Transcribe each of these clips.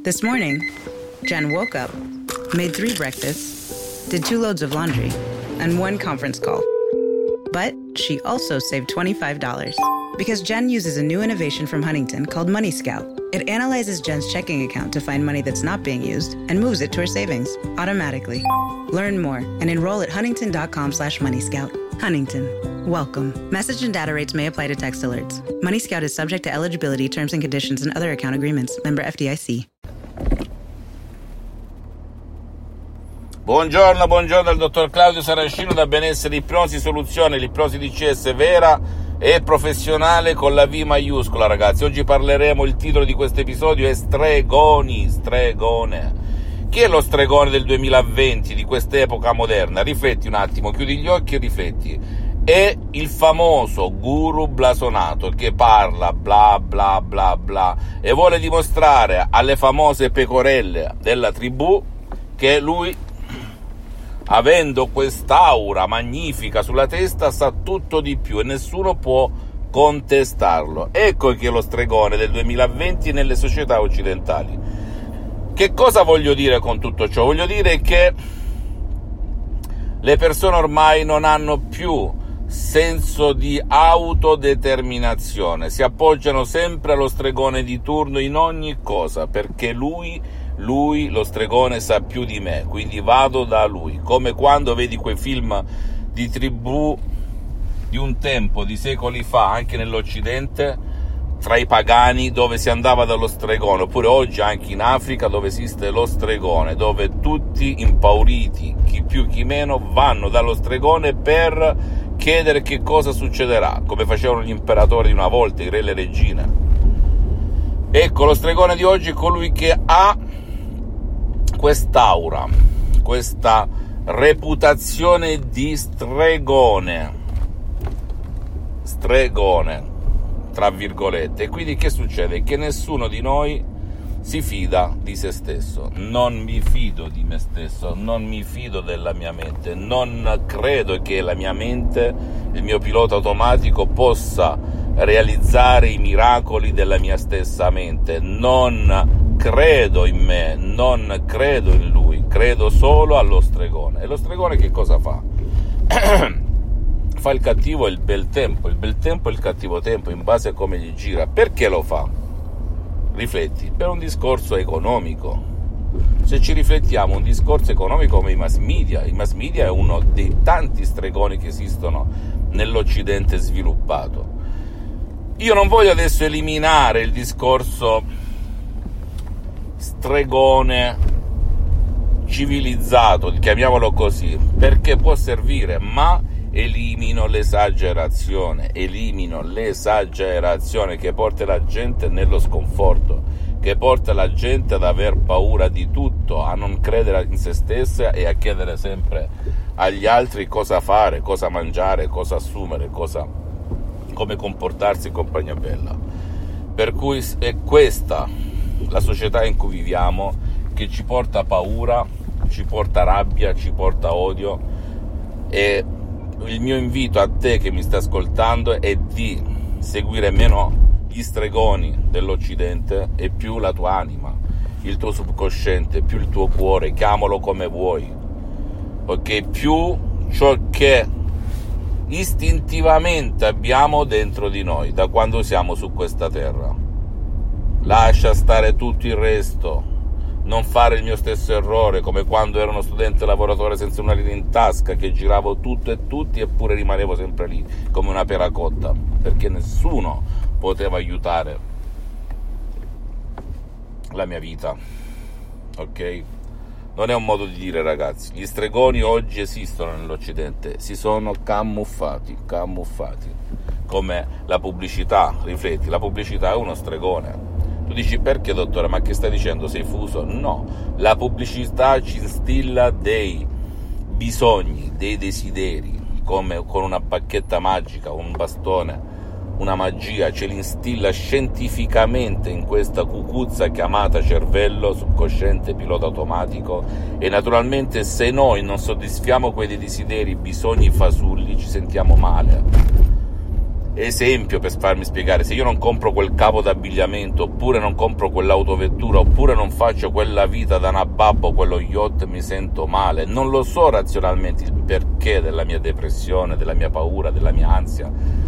This morning, Jen woke up, made 3 breakfasts, did 2 loads of laundry, and 1 conference call. But she also saved $25 because Jen uses a new innovation from Huntington called Money Scout. It analyzes Jen's checking account to find money that's not being used and moves it to her savings automatically. Learn more and enroll at huntington.com/moneyscout. Huntington. Welcome. Message and data rates may apply to text alerts. Money Scout is subject to eligibility, terms and conditions, and other account agreements. Member FDIC. Buongiorno al dottor Claudio Saracino da Benessere Ipnosi Soluzione, l'ipnosi DCS vera e professionale con la V maiuscola, ragazzi. Oggi parleremo, il titolo di questo episodio è Stregone. Chi è lo stregone del 2020, di quest'epoca moderna? Rifletti un attimo, chiudi gli occhi e rifletti. È il famoso guru blasonato che parla bla bla bla bla e vuole dimostrare alle famose pecorelle della tribù che lui, avendo quest'aura magnifica sulla testa, sa tutto di più e nessuno può contestarlo. Ecco chi è lo stregone del 2020 nelle società occidentali. Che cosa voglio dire con tutto ciò? Voglio dire che le persone ormai non hanno più senso di autodeterminazione, si appoggiano sempre allo stregone di turno in ogni cosa, perché lui, lo stregone, sa più di me, quindi vado da lui. Come quando vedi quei film di tribù di un tempo, di secoli fa, anche nell'Occidente, tra i pagani, dove si andava dallo stregone, oppure oggi anche in Africa, dove esiste lo stregone, dove tutti impauriti, chi più chi meno, vanno dallo stregone per chiedere che cosa succederà, come facevano gli imperatori di una volta, i re e le regine. Ecco, lo stregone di oggi è colui che ha quest'aura, questa reputazione di stregone, tra virgolette. E quindi che succede? Che nessuno di noi si fida di se stesso. Non mi fido di me stesso, non mi fido della mia mente, non credo che la mia mente, il mio pilota automatico, possa realizzare i miracoli della mia stessa mente. Non credo in me, non credo in lui, credo solo allo stregone. E lo stregone che cosa fa? Fa il cattivo e il bel tempo e il cattivo tempo, in base a come gli gira. Perché lo fa? Rifletti, per un discorso economico. Se ci riflettiamo, un discorso economico come i mass media è uno dei tanti stregoni che esistono nell'Occidente sviluppato. Io non voglio adesso eliminare il discorso stregone civilizzato, chiamiamolo così, perché può servire, ma elimino l'esagerazione che porta la gente nello sconforto, che porta la gente ad aver paura di tutto, a non credere in se stessa e a chiedere sempre agli altri cosa fare, cosa mangiare, cosa assumere, come comportarsi in compagnia bella. Per cui è questa la società in cui viviamo, che ci porta paura, ci porta rabbia, ci porta odio. E il mio invito a te che mi stai ascoltando è di seguire meno gli stregoni dell'Occidente e più la tua anima, il tuo subconsciente, più il tuo cuore, chiamalo come vuoi, ok? Più ciò che istintivamente abbiamo dentro di noi da quando siamo su questa terra. Lascia stare tutto il resto. Non fare il mio stesso errore, come quando ero uno studente lavoratore senza una lira in tasca, che giravo tutto e tutti eppure rimanevo sempre lì come una pera cotta, perché nessuno poteva aiutare la mia vita, ok? Non è un modo di dire, ragazzi. Gli stregoni oggi esistono nell'Occidente, si sono camuffati, come la pubblicità. Rifletti, la pubblicità è uno stregone. Tu dici: perché, dottore? Ma che stai dicendo? Sei fuso? No, la pubblicità ci instilla dei bisogni, dei desideri, come con una bacchetta magica, un bastone, una magia, ce li instilla scientificamente in questa cucuzza chiamata cervello, subconsciente, pilota automatico. E naturalmente, se noi non soddisfiamo quei desideri, bisogni fasulli, ci sentiamo male. esempio per farmi spiegare, se io non compro quel capo d'abbigliamento, oppure non compro quell'autovettura, oppure non faccio quella vita da nababbo, quello yacht, mi sento male. Non lo so razionalmente il perché della mia depressione, della mia paura, della mia ansia,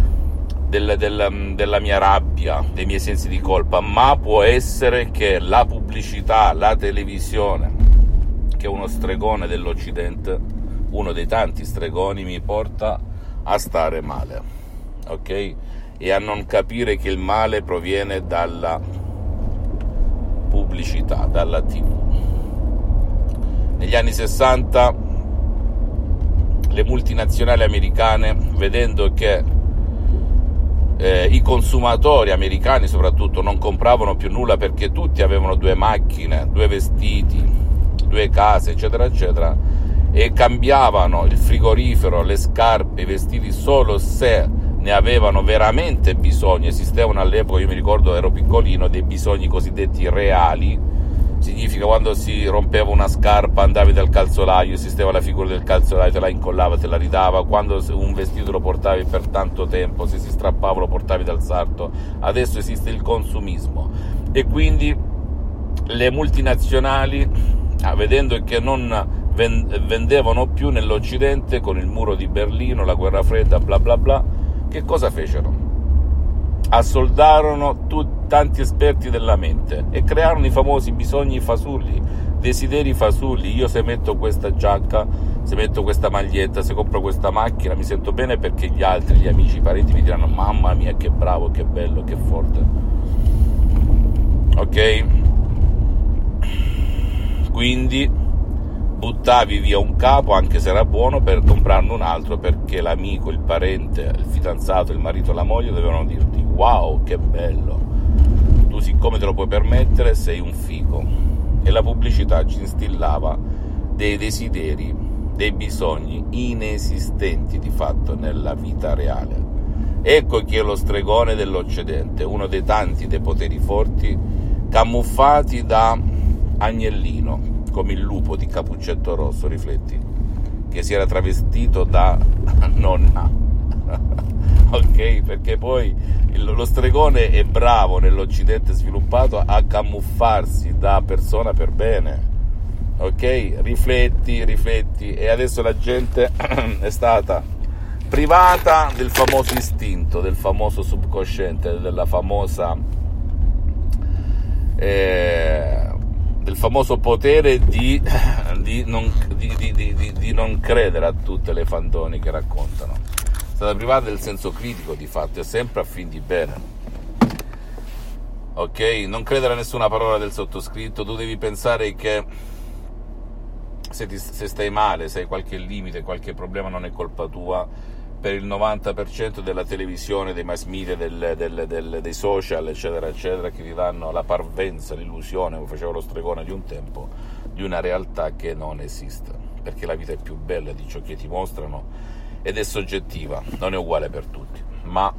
della mia rabbia, dei miei sensi di colpa, ma può essere che la pubblicità, la televisione, che è uno stregone dell'Occidente, uno dei tanti stregoni, mi porta a stare male, ok? E a non capire che il male proviene dalla pubblicità, dalla TV. Negli anni 60 le multinazionali americane, vedendo che i consumatori americani soprattutto non compravano più nulla perché tutti avevano 2 macchine, 2 vestiti, 2 case, eccetera eccetera, e cambiavano il frigorifero, le scarpe, i vestiti solo se ne avevano veramente bisogno. Esistevano all'epoca, io mi ricordo, ero piccolino, dei bisogni cosiddetti reali. Significa, quando si rompeva una scarpa andavi dal calzolaio, esisteva la figura del calzolaio, te la incollava, te la ridava. Quando un vestito lo portavi per tanto tempo, se si strappava lo portavi dal sarto. Adesso esiste il consumismo, e quindi le multinazionali, vedendo che non vendevano più nell'Occidente, con il muro di Berlino, la guerra fredda, bla bla bla, che cosa fecero? Assoldarono tanti esperti della mente e crearono i famosi bisogni fasulli, desideri fasulli. Io, se metto questa giacca, se metto questa maglietta, se compro questa macchina, mi sento bene perché gli altri, gli amici, i parenti mi diranno: mamma mia, che bravo, che bello, che forte. Ok? Quindi buttavi via un capo, anche se era buono, per comprarne un altro, perché l'amico, il parente, il fidanzato, il marito, la moglie dovevano dirti: wow, che bello, tu siccome te lo puoi permettere sei un figo. E la pubblicità ci instillava dei desideri, dei bisogni inesistenti di fatto nella vita reale. Ecco chi è lo stregone dell'Occidente, uno dei tanti dei poteri forti camuffati da agnellino, come il lupo di Cappuccetto Rosso, rifletti, che si era travestito da nonna. Ok? Perché poi lo stregone è bravo nell'Occidente sviluppato a camuffarsi da persona per bene. Ok? Rifletti, e adesso la gente è stata privata del famoso istinto, del famoso subconsciente, della famosa del famoso potere di non credere a tutte le fandonie che raccontano. È stata privata del senso critico, di fatto, è sempre a fin di bene. Ok? Non credere a nessuna parola del sottoscritto. Tu devi pensare che se stai male, se hai qualche limite, qualche problema, non è colpa tua. Per il 90% della televisione, dei mass media, dei social, eccetera eccetera, che ti danno la parvenza, l'illusione, come faceva lo stregone di un tempo, di una realtà che non esiste, perché la vita è più bella di ciò che ti mostrano ed è soggettiva, non è uguale per tutti. Ma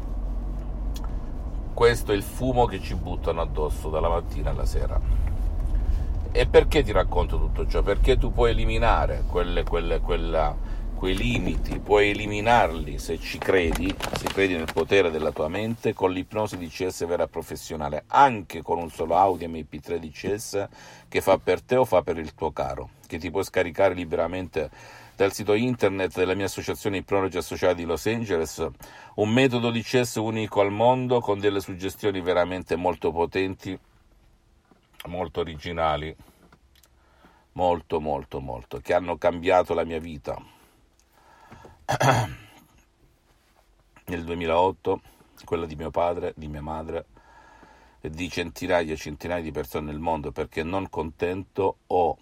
questo è il fumo che ci buttano addosso dalla mattina alla sera. E perché ti racconto tutto ciò? Perché tu puoi eliminare quei limiti, puoi eliminarli se ci credi, se credi nel potere della tua mente, con l'ipnosi DCS vera professionale, anche con un solo audio MP3 DCS che fa per te o fa per il tuo caro, che ti puoi scaricare liberamente dal sito internet della mia associazione Ipnologi Associati di Los Angeles, un metodo DCS unico al mondo, con delle suggestioni veramente molto potenti, molto originali, molto, che hanno cambiato la mia vita. Nel 2008, quella di mio padre, di mia madre e di centinaia e centinaia di persone nel mondo, perché non contento ho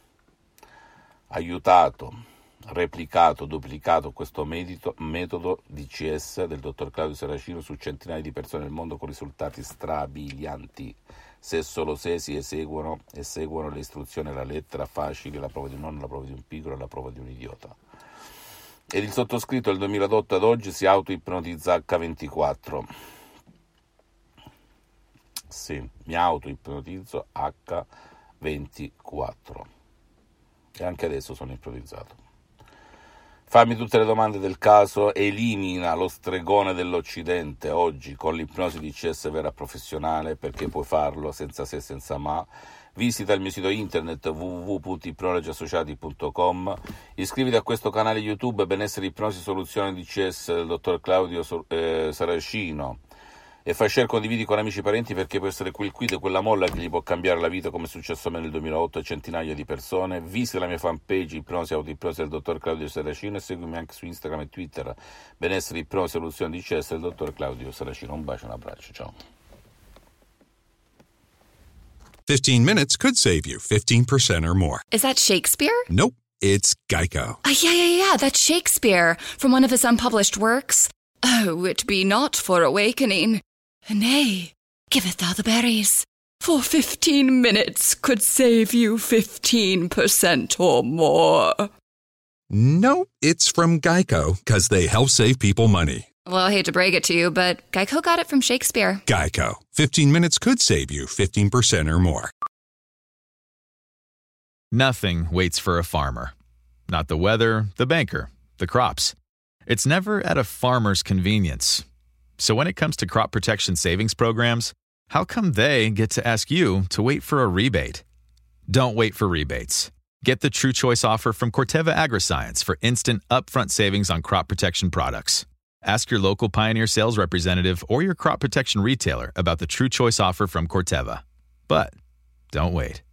aiutato, replicato, duplicato questo metodo DCS del dottor Claudio Saracino su centinaia di persone nel mondo, con risultati strabilianti, se solo si eseguono e seguono le istruzioni alla lettera, facili, la prova di un nonno, la prova di un piccolo, la prova di un idiota. Ed il sottoscritto dal 2008 ad oggi si auto-ipnotizza H24. Sì, mi auto-ipnotizzo H24. E anche adesso sono ipnotizzato. Fammi tutte le domande del caso, elimina lo stregone dell'Occidente oggi con l'ipnosi DCS vera professionale, perché puoi farlo senza se e senza ma. Visita il mio sito internet www.ipnologiassociati.com, iscriviti a questo canale YouTube Benessere Ipnosi Soluzione DCS del dottor Claudio Saracino e fai share, condividi con amici e parenti, perché può essere quel quid e quella molla che gli può cambiare la vita, come è successo a me nel 2008 a centinaia di persone. Visita la mia fanpage Ipnosi Autoipnosi del dottor Claudio Saracino e seguimi anche su Instagram e Twitter Benessere Ipnosi Soluzione DCS del dottor Claudio Saracino. Un bacio, un abbraccio, ciao. 15 minutes could save you 15% or more. Is that Shakespeare? Nope, it's Geico. Yeah, that's Shakespeare from one of his unpublished works. Oh, it be not for awakening. Nay, giveth thou the berries. For 15 minutes could save you 15% or more. Nope, it's from Geico, because they help save people money. Well, I hate to break it to you, but Geico got it from Shakespeare. Geico. 15 minutes could save you 15% or more. Nothing waits for a farmer. Not the weather, the banker, the crops. It's never at a farmer's convenience. So when it comes to crop protection savings programs, how come they get to ask you to wait for a rebate? Don't wait for rebates. Get the True Choice offer from Corteva Agriscience for instant upfront savings on crop protection products. Ask your local Pioneer sales representative or your crop protection retailer about the True Choice offer from Corteva. But don't wait.